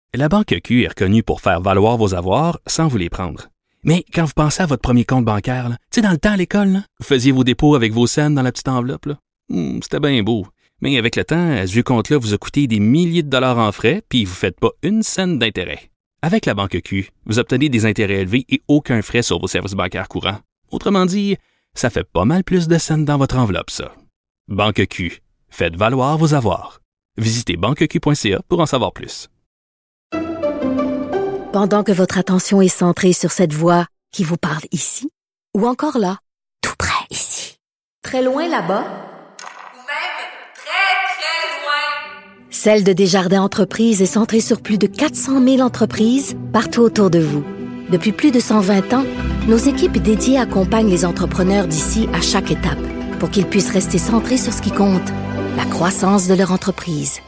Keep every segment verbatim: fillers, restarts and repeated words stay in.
La Banque Q est reconnue pour faire valoir vos avoirs sans vous les prendre. Mais quand vous pensez à votre premier compte bancaire, tu sais, dans le temps à l'école, là, vous faisiez vos dépôts avec vos scènes dans la petite enveloppe. Là. Hum, c'était bien beau. Mais avec le temps, ce vieux compte-là vous a coûté des milliers de dollars en frais, puis vous ne faites pas une scène d'intérêt. Avec la Banque Q, vous obtenez des intérêts élevés et aucun frais sur vos services bancaires courants. Autrement dit, ça fait pas mal plus de scènes dans votre enveloppe, ça. Banque Q. Faites valoir vos avoirs. Visitez banque q point c a pour en savoir plus. Pendant que votre attention est centrée sur cette voix qui vous parle ici, ou encore là, tout près ici, très loin là-bas, ou même très, très loin, Celle de Desjardins Entreprises est centrée sur plus de quatre cent mille entreprises partout autour de vous. Depuis plus de cent vingt ans, nos équipes dédiées accompagnent les entrepreneurs d'ici à chaque étape pour qu'ils puissent rester centrés sur ce qui compte, la croissance de leur entreprise.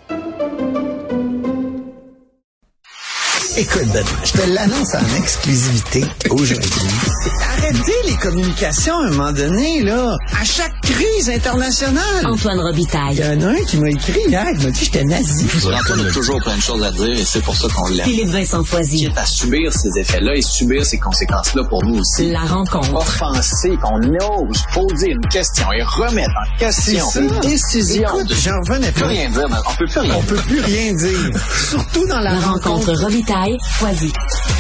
Écoute, Benoît, je te l'annonce en exclusivité aujourd'hui. Arrêtez les communications à un moment donné, là. À chaque crise internationale. Antoine Robitaille. Il y en a un qui m'a écrit hier, il m'a dit que j'étais nazi. Antoine a toujours plein de choses à dire et c'est pour ça qu'on l'aime. Philippe Vincent Foisy. Quitte à subir ces effets-là et subir ces conséquences-là pour nous aussi. La rencontre. Offenser, qu'on ose poser une question et remettre en question une décision. Écoute, j'en revenais On peut pas. rien dire, on peut plus rien On peut plus rien dire. Surtout dans la, La rencontre rencontre. Robitaille. Foisy.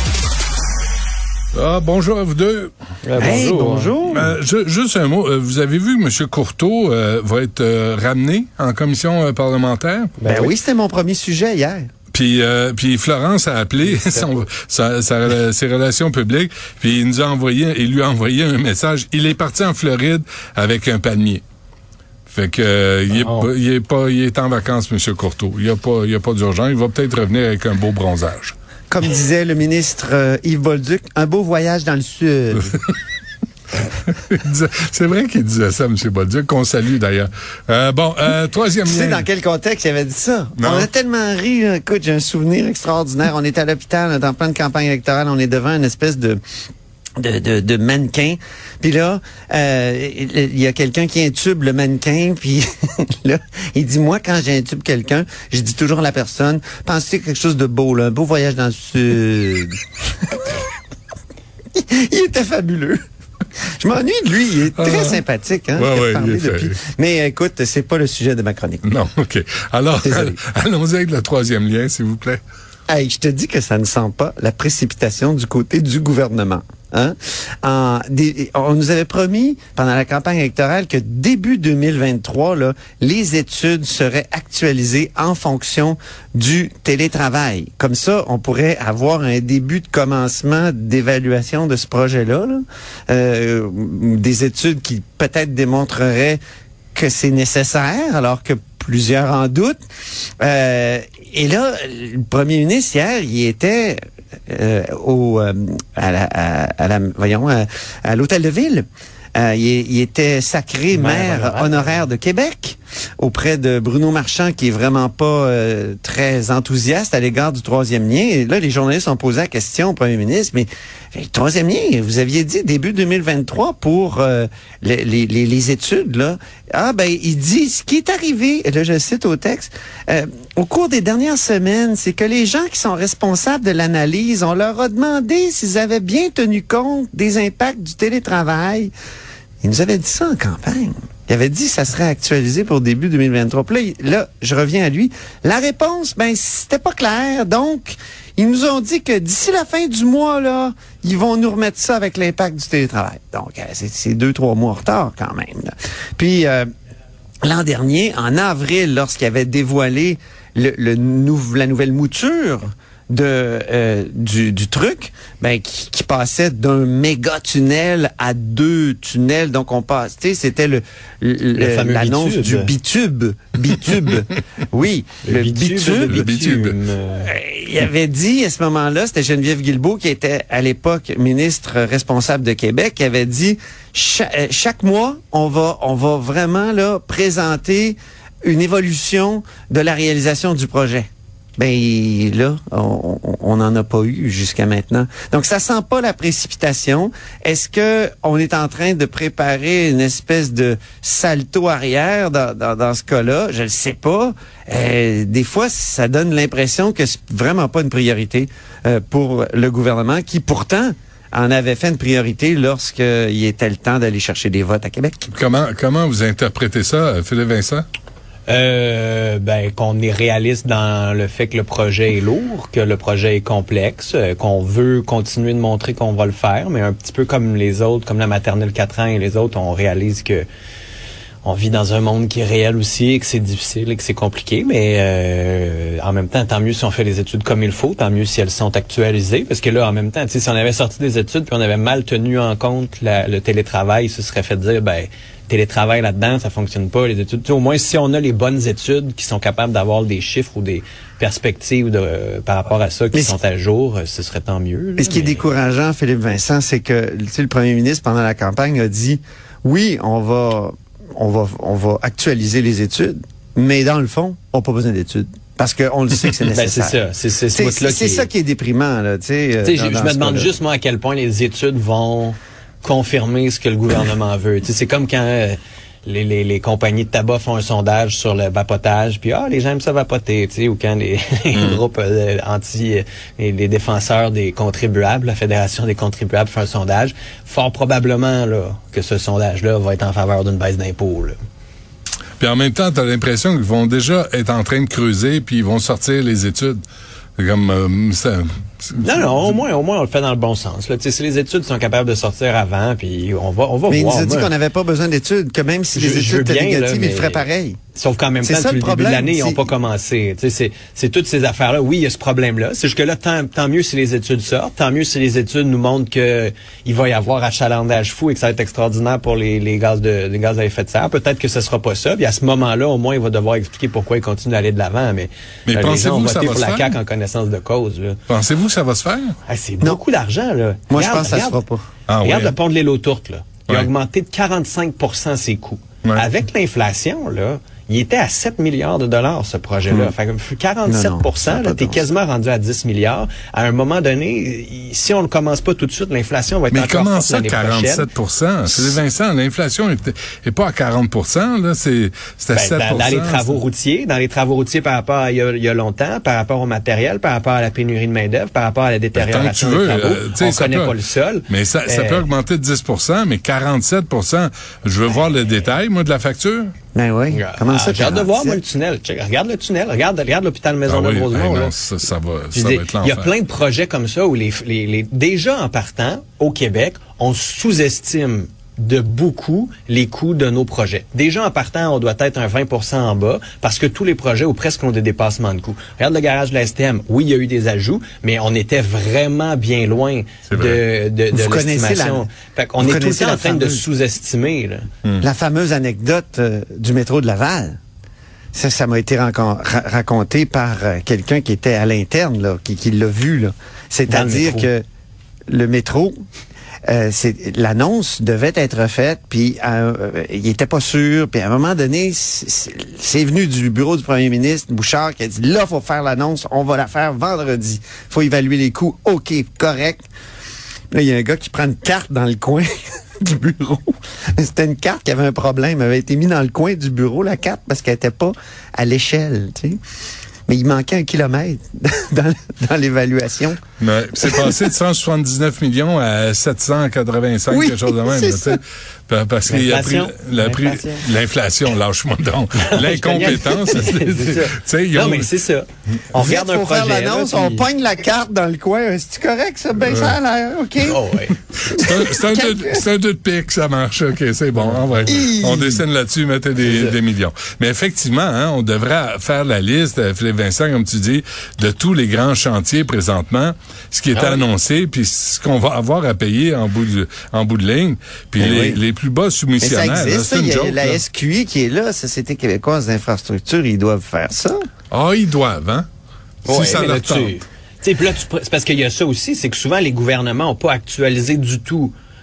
Ah, bonjour à vous deux. Euh, Hey, bonjour. bonjour. Euh, ju- juste un mot. Euh, vous avez vu que M. Courteau euh, va être euh, ramené en commission euh, parlementaire? Ben, oui, c'était mon premier sujet hier. Puis, euh, puis Florence a appelé son, sa, sa- ses relations publiques, puis il nous a envoyé, il lui a envoyé un message. Il est parti en Floride avec un palmier. Fait que euh, il, est Oh. pas, il est pas, il est en vacances, M. Courteau. Il y a pas, il y a pas d'urgence. Il va peut-être revenir avec un beau bronzage. Comme disait le ministre euh, Yves Bolduc, un beau voyage dans le sud. Il disait- C'est vrai qu'il disait ça, M. Bolduc, qu'on salue d'ailleurs. Euh, bon, euh, troisième Tu sais lien. dans quel contexte il avait dit ça? Non. On a tellement ri, là. Écoute, j'ai un souvenir extraordinaire. On est à l'hôpital, on est en pleine campagne électorale, on est devant une espèce de de, de, de mannequin. Puis là, euh, il y a quelqu'un qui intube le mannequin, puis là, il dit, moi, quand j'intube quelqu'un, je dis toujours à la personne, pensez à quelque chose de beau, là, un beau voyage dans le sud. Il était fabuleux. Je m'ennuie de lui. Il est très Ah. sympathique. Hein, Ouais, je t'ai ouais, parlé il est depuis. fait. Mais écoute, c'est pas le sujet de ma chronique. Non, OK. Alors, Désolé. allons-y avec le troisième lien, s'il vous plaît. Hey, je te dis que ça ne sent pas la précipitation du côté du gouvernement. Hein? En, des, on nous avait promis pendant la campagne électorale que début deux mille vingt-trois, là, les études seraient actualisées en fonction du télétravail. Comme ça, on pourrait avoir un début de commencement d'évaluation de ce projet-là. Là. Euh, des études qui peut-être démontreraient que c'est nécessaire, alors que plusieurs en doutent. Euh, et là, le premier ministre, hier, il était euh, au euh, à la, à, à la voyons à, à l'hôtel de ville. Euh, il, il était sacré maire, Maire honoraire. honoraire. de Québec auprès de Bruno Marchand, qui est vraiment pas euh, très enthousiaste à l'égard du troisième lien. Et là, les journalistes ont posé la question au premier ministre, mais le troisième lien, vous aviez dit début deux mille vingt-trois pour euh, les, les, les, les études, là. Ah, ben, il dit, ce qui est arrivé, et là, je cite au texte, euh, au cours des dernières semaines, c'est que les gens qui sont responsables de l'analyse, on leur a demandé s'ils avaient bien tenu compte des impacts du télétravail. Il nous avait dit ça en campagne. Il avait dit que ça serait actualisé pour début deux mille vingt-trois. Puis là, il- là, je reviens à lui. La réponse, ben, c'était pas clair. Donc, ils nous ont dit que d'ici la fin du mois, là, ils vont nous remettre ça avec l'impact du télétravail. Donc, euh, c'est, c'est deux, trois mois en retard quand même. Là. Puis, euh, l'an dernier, en avril, lorsqu'il avait dévoilé le, le nou- la nouvelle mouture de euh, du, du truc, ben qui, qui passait d'un méga tunnel à deux tunnels, donc on passe, tu sais, c'était le, le- Le fameux l'annonce bitube. du bitube, bitube, oui, le, bitube. le bitube. euh, Il avait dit à ce moment-là, c'était Geneviève Guilbeault qui était à l'époque ministre responsable de Québec, qui avait dit cha- euh, chaque mois on va on va vraiment là présenter une évolution de la réalisation du projet. Ben là, on n'en a pas eu jusqu'à maintenant. Donc, ça sent pas la précipitation. Est-ce que on est en train de préparer une espèce de salto arrière dans, dans, dans ce cas-là? Je ne sais pas. Euh, des fois, ça donne l'impression que c'est vraiment pas une priorité euh, pour le gouvernement, qui pourtant en avait fait une priorité lorsqu'il était le temps d'aller chercher des votes à Québec. Comment, comment vous interprétez ça, Philippe Vincent? Euh, ben, qu'on est réaliste dans le fait que le projet est lourd, que le projet est complexe, euh, qu'on veut continuer de montrer qu'on va le faire, mais un petit peu comme les autres, comme la maternelle quatre ans et les autres, on réalise que on vit dans un monde qui est réel aussi et que c'est difficile et que c'est compliqué, mais euh, en même temps, tant mieux si on fait les études comme il faut, tant mieux si elles sont actualisées, parce que là, en même temps, tu sais, si on avait sorti des études puis on avait mal tenu en compte la, le télétravail, il se serait fait dire, ben, télétravail là-dedans, ça fonctionne pas, les études. Tu sais, au moins, si on a les bonnes études qui sont capables d'avoir des chiffres ou des perspectives de, euh, par rapport à ça qui mais sont à jour, ce serait tant mieux. Là, mais ce qui mais... est décourageant, Philippe Vincent, c'est que, tu sais, le premier ministre, pendant la campagne, a dit, oui, on va... On va, on va actualiser les études, mais dans le fond, on n'a pas besoin d'études. Parce qu'on le sait que c'est nécessaire. Ben c'est ça. C'est, c'est, c'est, c'est qui ça qui est déprimant. Là, t'sais, euh, dans, je, dans je me demande cas-là. juste, moi, à quel point les études vont confirmer ce que le gouvernement veut. T'sais, c'est comme quand euh, les, les, les compagnies de tabac font un sondage sur le vapotage, puis ah, les gens aiment ça vapoter. T'sais, ou quand les, les mm. groupes euh, anti... Euh, les, les défenseurs des contribuables, la Fédération des contribuables fait un sondage, fort probablement là que ce sondage-là va être en faveur d'une baisse d'impôts. Là. Puis en même temps, tu as l'impression qu'ils vont déjà être en train de creuser, puis ils vont sortir les études. C'est comme euh, ça, c'est, non, non, au moins, au moins, on le fait dans le bon sens. Là. Si les études sont capables de sortir avant, puis on va, on va mais voir. Mais il nous a dit moi. qu'on n'avait pas besoin d'études, que même si je, les études étaient négatives, ils le feraient pareil. Sauf qu'en même c'est temps, depuis le, le début de l'année, c'est... ils n'ont pas commencé. Tu sais, c'est, c'est toutes ces affaires-là. Oui, il y a ce problème-là. C'est jusque-là, tant, tant mieux si les études sortent, tant mieux si les études nous montrent que il va y avoir achalandage fou et que ça va être extraordinaire pour les, les gaz de, les gaz à effet de serre. Peut-être que ce sera pas ça. Puis à ce moment-là, au moins, il va devoir expliquer pourquoi il continue d'aller de l'avant. Mais, mais là, pensez-vous les gens ont que ça voté va pour se la faire? C A Q en connaissance de cause. Là. Pensez-vous que ça va se faire? Ah, c'est non. beaucoup d'argent. Là. Moi, regarde, je pense que ça regarde, se fera pas. Ah, regarde oui, le pont de l'île aux Tourtes. Là. Il ouais. a augmenté de quarante-cinq pour cent ses coûts. Ouais. Avec l'inflation, là, il était à sept milliards de dollars, ce projet-là. Mmh. Fait que quarante-sept pour cent, là, t'es quasiment rendu à dix milliards. À un moment donné, si on ne commence pas tout de suite, l'inflation va être mais encore comment forte ça, quarante-sept pour cent? C'est Vincent, l'inflation n'est pas à quarante pour cent, là, c'est, c'est à ben, sept pour cent. Dans, dans les travaux c'est... routiers, dans les travaux routiers par rapport à il y, a, il y a longtemps, par rapport au matériel, par rapport à la pénurie de main-d'œuvre, par rapport à la détérioration ben, des travaux, euh, on connaît peut, pas le sol. Mais ça, euh, ça peut augmenter de dix pour cent, mais quarante-sept pour cent, je veux ben, voir le détail, moi, de la facture. Ben oui. Comment ah, ça, j'ai hâte de voir, moi, le tunnel. Check, regarde le tunnel. Regarde, regarde l'hôpital Maisonneuve-Rosemont. Ah oui, là. Non, ça, ça va, ça dis, va être l'enfer. Il y a plein de projets comme ça où les, les, les, déjà en partant, au Québec, on sous-estime de beaucoup les coûts de nos projets. Déjà en partant, on doit être un vingt pour cent en bas parce que tous les projets ou presque ont des dépassements de coûts. Regarde le garage de la S T M. Oui, il y a eu des ajouts, mais on était vraiment bien loin de, de, de l'estimation. La, fait qu'on est tout le temps en train fameuse, de sous-estimer. Là. Hum. La fameuse anecdote euh, du métro de Laval. Ça, ça m'a été rancon- ra- raconté par euh, quelqu'un qui était à l'interne, là, qui, qui l'a vu. Là. C'est-à-dire le que le métro... Euh, c'est, l'annonce devait être faite, puis euh, il était pas sûr, puis à un moment donné, c'est, c'est venu du bureau du premier ministre, Bouchard, qui a dit, là, faut faire l'annonce, on va la faire vendredi. Faut évaluer les coûts, OK, correct. Là, il y a un gars qui prend une carte dans le coin du bureau. C'était une carte qui avait un problème, elle avait été mise dans le coin du bureau, la carte, parce qu'elle était pas à l'échelle, tu sais. Mais il manquait un kilomètre dans, dans l'évaluation. Mais c'est passé de cent soixante-dix-neuf millions à sept cent quatre-vingt-cinq, oui, quelque chose de même. Là, parce qu'il a pris la, pris, l'inflation, lâche-moi donc. L'incompétence. Non, ont, mais c'est ça. On regarde un projet. Faire l'annonce, là, puis... on pogne la carte dans le coin. C'est correct, ça? Ben, ouais. Ça a l'air, OK. Oh, ouais. c'est, un, c'est, un deux, c'est un deux de pique, ça marche. OK, c'est bon. On, va, on dessine là-dessus, mettez des, des millions. Mais effectivement, hein, on devrait faire la liste, Philippe Vincent, comme tu dis, de tous les grands chantiers présentement, ce qui est ah, annoncé, puis ce qu'on va avoir à payer en bout de, en bout de ligne, puis les, oui. les plus bas soumissionnaires. Mais ça existe, là, c'est une ça, joke, y a la là. S Q I qui est là, Société québécoise d'infrastructure, ils doivent faire ça. Ah, ils doivent, hein? Ouais, si ça leur tente. Tu sais, puis là, tu, c'est parce qu'il y a ça aussi, c'est que souvent les gouvernements n'ont pas actualisé du tout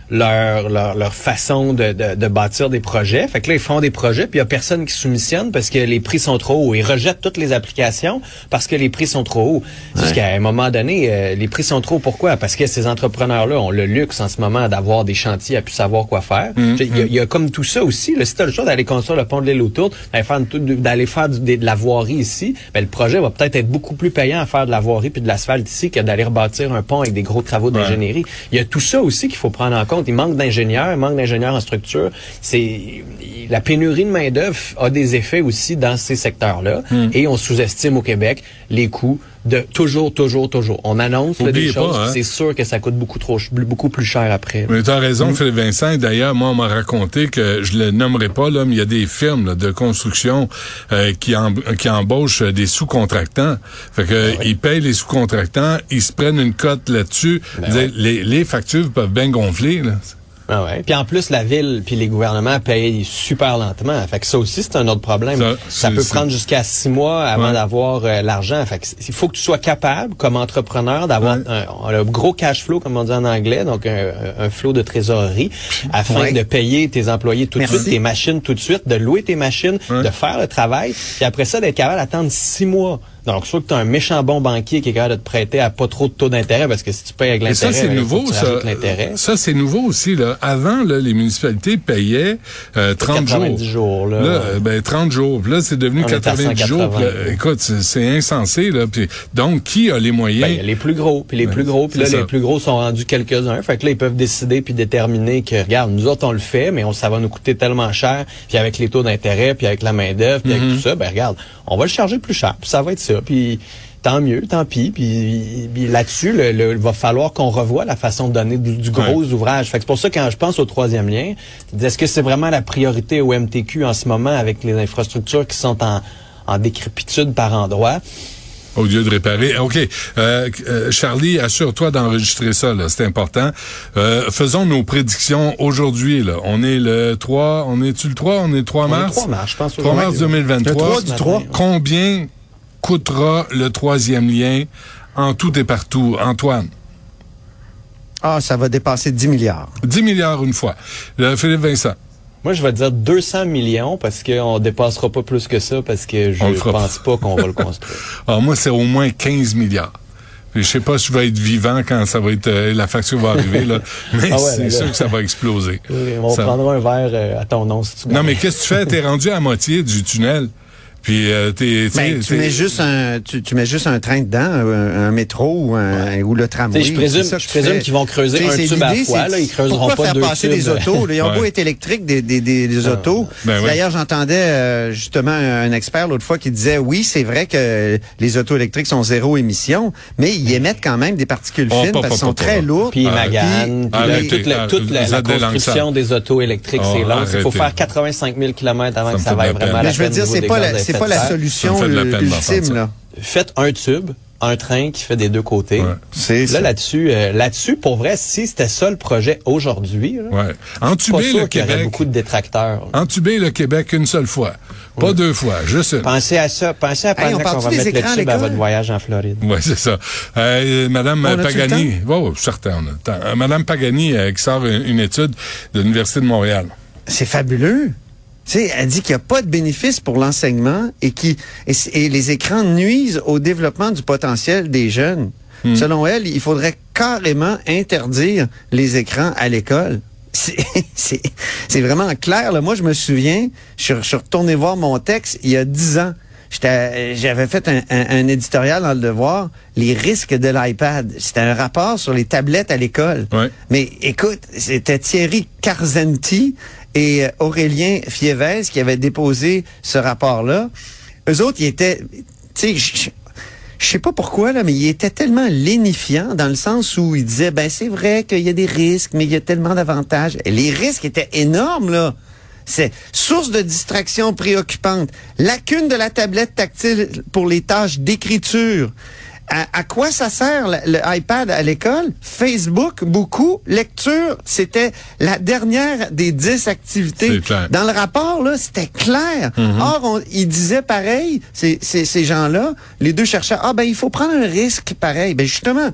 leur leur, leur façon de, de, de bâtir des projets. Fait que là, ils font des projets, puis il y a personne qui soumissionne parce que les prix sont trop hauts. Ils rejettent toutes les applications parce que les prix sont trop hauts. Ouais. Jusqu'à un moment donné, euh, les prix sont trop hauts. Pourquoi? Parce que ces entrepreneurs-là ont le luxe en ce moment d'avoir des chantiers à plus savoir quoi faire. Mmh, il, y a, il y a comme tout ça aussi. Là, si tu as le choix d'aller construire le pont de l'île autour, d'aller faire, une, d'aller faire du, de, de la voirie ici, ben, le projet va peut-être être beaucoup plus payant à faire de la voirie puis de l'asphalte ici que d'aller rebâtir un pont avec des gros travaux d'ingénierie. Ouais. Il y a tout ça aussi qu'il faut prendre en compte. Il manque d'ingénieurs, il manque d'ingénieurs en structure. C'est la pénurie de main-d'œuvre a des effets aussi dans ces secteurs-là. Mmh. Et on sous-estime au Québec les coûts de toujours, toujours, toujours. On annonce là, des choses, hein? C'est sûr que ça coûte beaucoup trop, beaucoup plus cher après. Mais tu as raison, mmh. Philippe Vincent. Et d'ailleurs, moi, on m'a raconté que, je le nommerai pas, là, mais il y a des firmes là, de construction euh, qui, en, qui embauchent des sous-contractants. Fait que ben oui. Ils payent les sous-contractants, ils se prennent une cote là-dessus. Ben oui. les, les factures peuvent bien gonfler, là. Ah ouais. Puis en plus, la ville puis les gouvernements payent super lentement. Fait que ça aussi, c'est un autre problème. Ça, ça peut prendre jusqu'à six mois avant ouais. d'avoir euh, l'argent. Fait que il faut que tu sois capable, comme entrepreneur, d'avoir ouais. un, un gros cash flow, comme on dit en anglais, donc un, un flot de trésorerie, afin ouais. de payer tes employés tout Merci. de suite, tes machines tout de suite, de louer tes machines, ouais. de faire le travail, puis après ça, d'être capable d'attendre six mois. Donc, soit que tu as un méchant bon banquier qui est capable de te prêter à pas trop de taux d'intérêt, parce que si tu payes avec l'intérêt, ça, c'est ben, nouveau, ça. l'intérêt. Ça, c'est nouveau aussi, là. Avant, là, les municipalités payaient euh, trente quatre-vingt-dix jours. Là, là euh, ben, trente jours. Puis là, c'est devenu on quatre-vingt-dix jours. Là, écoute, c'est, c'est insensé, là. Puis, donc, qui a les moyens? Ben, les plus gros. Puis les ben, plus gros. Puis là, ça. les plus gros sont rendus quelques-uns. Fait que là, ils peuvent décider puis déterminer que, regarde, nous autres, on le fait, mais on, ça va nous coûter tellement cher. Puis avec les taux d'intérêt, puis avec la main-d'œuvre, puis mm-hmm. avec tout ça, ben, regarde, on va le charger plus cher. Puis ça va être ça. Puis, tant mieux, tant pis. Puis, puis là-dessus, le, le, il va falloir qu'on revoie la façon de donner du, du gros ouais. ouvrage. Fait que c'est pour ça que quand je pense au troisième lien, est-ce que c'est vraiment la priorité au M T Q en ce moment avec les infrastructures qui sont en, en décrépitude par endroits? Au lieu de réparer. OK. Euh, euh, Charlie, assure-toi d'enregistrer ça, là. C'est important. Euh, faisons nos prédictions aujourd'hui, là. On est le trois, on est-tu le trois? On est le trois mars? On est le trois mars, je pense. trois mars deux mille vingt-trois. Le trois du trois. Combien coûtera le troisième lien en tout et partout? Antoine? Ah, ça va dépasser dix milliards. dix milliards une fois. Le Philippe Vincent? Moi, je vais dire deux cents millions parce qu'on dépassera pas plus que ça parce que je pense pas qu'on va le construire. Alors moi, c'est au moins quinze milliards. Je sais pas si je vais être vivant quand ça va être euh, la facture va arriver là, mais ah ouais, c'est là, sûr là. que ça va exploser. Oui, on ça... prendra un verre euh, à ton nom si tu Non, mais qu'est-ce que tu fais? T'es rendu à moitié du tunnel. Puis euh, t'es, t'es, ben, tu t'es... mets juste un tu, tu mets juste un train dedans, un, un métro ou un ouais. ou le tramway. Je présume, je présume qu'ils vont creuser t'sais, un tube à la fois. Là, ils creuseront pas deux passer tubes. Des autos. Ils ont beau être électriques des des des, des autos. Ben D'ailleurs, ouais. j'entendais euh, justement un expert l'autre fois qui disait oui, c'est vrai que les autos électriques sont zéro émission, mais ils émettent quand même des particules oh, fines pas, parce qu'elles sont pas, très lourdes. Puis ils maganent. Puis toute la toute la construction des autos électriques, c'est long. Il faut faire quatre-vingt-cinq mille kilomètres avant que ça vaille vraiment la peine. Mais je veux dire, c'est pas c'est pas la solution ultime, là. Faites un tube, un train qui fait des deux côtés. Ouais. C'est là, ça. là-dessus, euh, là-dessus, pour vrai, si c'était ça le projet aujourd'hui, là, ouais. Entuber le Québec. Il y aurait beaucoup de détracteurs. Là. Entuber le Québec une seule fois. Pas oui. deux fois, juste une. Pensez à ça. Pensez à pendant hey, qu'on va mettre le tube à votre voyage en Floride. Oui, c'est ça. Euh, Madame on Pagani. Oh, certain, on a le temps. Euh, Madame Pagani, euh, qui sort une, une étude de l'Université de Montréal. C'est fabuleux. Tu sais, elle dit qu'il n'y a pas de bénéfice pour l'enseignement et qui et, et les écrans nuisent au développement du potentiel des jeunes. Mmh. Selon elle, il faudrait carrément interdire les écrans à l'école. C'est, c'est, c'est vraiment clair. Là. Moi, je me souviens, je suis, je suis retourné voir mon texte il y a dix ans. J'étais, j'avais fait un, un, un éditorial dans Le Devoir, les risques de l'iPad. C'était un rapport sur les tablettes à l'école. Ouais. Mais écoute, c'était Thierry Carzenti et Aurélien Fiévez qui avaient déposé ce rapport-là. Eux autres, ils étaient, tu sais, je, je sais pas pourquoi, là, mais ils étaient tellement lénifiants dans le sens où ils disaient, ben c'est vrai qu'il y a des risques, mais il y a tellement d'avantages. Et les risques étaient énormes, là. C'est source de distraction préoccupante, lacune de la tablette tactile pour les tâches d'écriture. À, à quoi ça sert le, le iPad à l'école? Facebook, beaucoup. Lecture, c'était la dernière des dix activités. Dans le rapport, là, c'était clair. Mm-hmm. Or, on, ils disaient pareil, ces, ces, ces gens-là, les deux chercheurs, ah ben il faut prendre un risque pareil. Ben justement,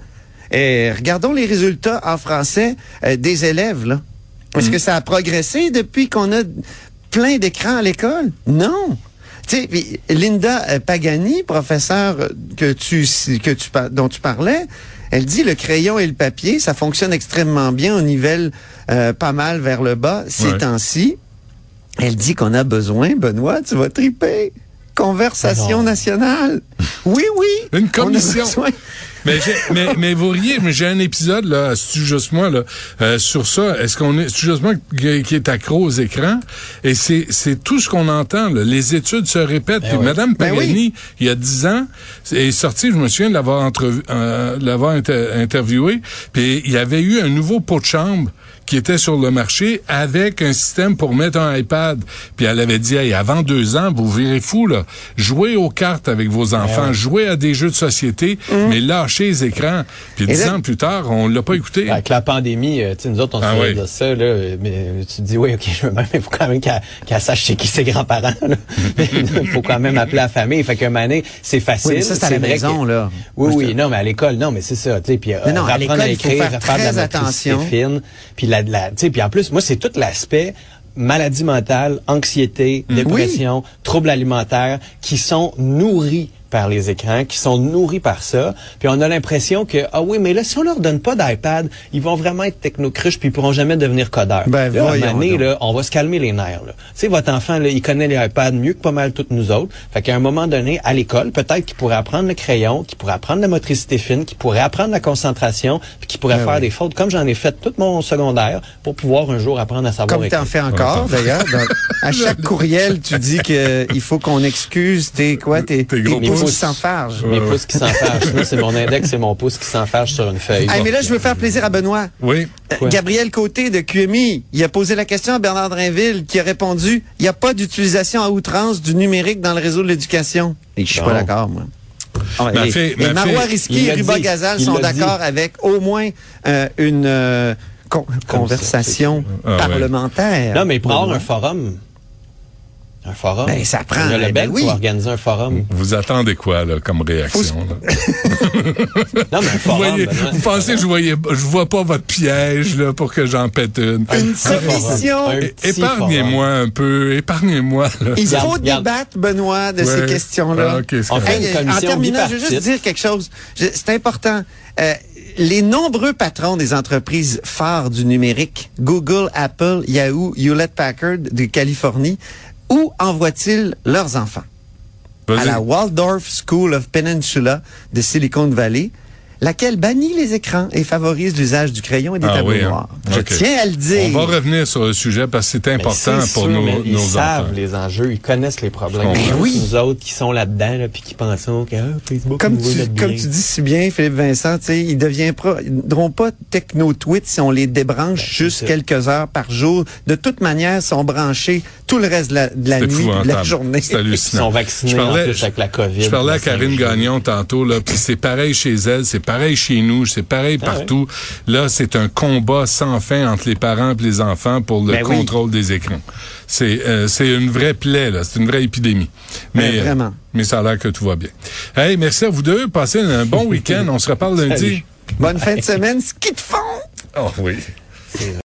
Et regardons les résultats en français euh, des élèves, là. Est-ce mmh. que ça a progressé depuis qu'on a plein d'écrans à l'école? Non. Tu sais, Linda Pagani, professeure que tu, que tu, dont tu parlais, elle dit le crayon et le papier, ça fonctionne extrêmement bien. On nivelle euh, pas mal vers le bas ces ouais. temps-ci. Elle dit qu'on a besoin, Benoît, tu vas triper. Conversation non. nationale. Oui, oui. Une commission. Mais, mais, mais vous riez, mais j'ai un épisode, là, c'est juste moi, là, euh, sur ça. Est-ce qu'on est, c'est juste moi qui, qui est accro aux écrans? Et c'est, c'est tout ce qu'on entend, là. Les études se répètent. Ben puis oui. Madame Pagani, ben oui. il y a dix ans, est sortie, je me souviens de l'avoir entrevu, euh, de l'avoir inter- interviewé. Puis il y avait eu un nouveau pot de chambre qui était sur le marché avec un système pour mettre un iPad. Puis elle avait dit, hey, avant deux ans, vous virez fou, là. Jouez aux cartes avec vos enfants, ouais. jouez à des jeux de société, mmh. mais lâchez les écrans. Puis dix ans plus tard, on l'a pas écouté. Avec la pandémie, euh, tu sais, nous autres, on ah, se fait oui. de ça, là. Mais tu te dis, oui, OK, je veux même, il faut quand même qu'elle, qu'elle sache c'est qui ses grands-parents, là. Il faut quand même appeler la famille. Fait qu'un moment donné, c'est facile. Oui, mais ça, c'est à la maison, que... là. Oui, oui, non, mais à l'école, non, mais c'est ça, tu sais. Puis, non, à l'école, il faut faire très attention. Fine, puis la, la, tu sais, puis en plus, moi, c'est tout l'aspect maladie mentale, anxiété, mmh. dépression, oui. troubles alimentaires qui sont nourris par les écrans, qui sont nourris par ça. Puis on a l'impression que, ah oui, mais là, si on leur donne pas d'iPad, ils vont vraiment être technocruches puis ils pourront jamais devenir codeurs. Ben, là, à un moment donné, là, on va se calmer les nerfs. Tu sais, votre enfant, là, il connaît les iPads mieux que pas mal toutes nous autres. Fait qu'à un moment donné, à l'école, peut-être qu'il pourrait apprendre le crayon, qu'il pourrait apprendre la motricité fine, qu'il pourrait apprendre la concentration, puis qu'il pourrait ben faire oui. des fautes, comme j'en ai fait tout mon secondaire, pour pouvoir un jour apprendre à savoir Comme tu en fais encore, d'ailleurs. Donc, à chaque courriel, tu dis que il faut qu'on excuse tes, quoi, tes, tes gros pouces qui s'enfargent. Mes pouces qui s'enfargent. Moi, c'est mon index et mon pouce qui s'enfarge sur une feuille. Hey, mais là, je veux faire plaisir à Benoît. Oui. Euh, Gabriel Côté de Q M I, il a posé la question à Bernard Drinville, qui a répondu, il n'y a pas d'utilisation à outrance du numérique dans le réseau de l'éducation. Et je suis non. pas d'accord, moi. Ah, ma et, fille, et Marois Risky et Ruba Gazal sont d'accord dit. avec au moins euh, une euh, con- conversation ça, ah, parlementaire. Ouais. Non, mais il pourrait avoir un forum. Un forum. Ben, ça prend. Il y a le ben B E L oui. pour organiser un forum. Vous attendez quoi, là, comme réaction, là? Non, mais un forum. Vous, voyez, ben, vous pensez que je voyais, je vois pas votre piège, là, pour que j'en pète une. Une commission. Épargnez-moi forum. un peu, épargnez-moi, là. Il faut regarde, débattre, Benoît, de ouais. ces questions-là. Ah, okay, On fait une commission en terminant, je veux juste dire quelque chose. Je, c'est important. Euh, les nombreux patrons des entreprises phares du numérique, Google, Apple, Yahoo, Hewlett-Packard de Californie, où envoient-ils leurs enfants? Vas-y. À la Waldorf School of Peninsula de Silicon Valley, laquelle bannit les écrans et favorise l'usage du crayon et des ah, tableaux oui, noirs. Hein? Je okay. tiens à le dire. On va revenir sur le sujet parce que c'est important c'est pour sûr, nos, nos ils enfants. Ils savent les enjeux, ils connaissent les problèmes. Oui. Nous autres qui sont là-dedans, là, puis qui pensent que ah, Facebook comme nous tu, comme tu dis si bien, Philippe Vincent, tu sais, ils deviennent pas, ils ne deviendront pas techno-tweets si on les débranche ben, juste quelques heures par jour. De toute manière, ils sont branchés tout le reste de la, de la nuit, de la journée. C'est hallucinant. Ils sont vaccinés parlais, en plus avec la COVID. Je parlais à Karine Gagnon tantôt, là, puis c'est pareil chez elle, c'est pareil chez nous, c'est pareil ah, partout. Oui. Là, c'est un combat sans fin entre les parents et les enfants pour le ben contrôle oui. des écrans. C'est euh, c'est une vraie plaie, là. C'est une vraie épidémie. Mais, ben, vraiment. Euh, mais ça a l'air que tout va bien. Hey, merci à vous deux. Passez un bon week-end. On se reparle lundi. Bonne fin de semaine. Ski de fond! Oh oui.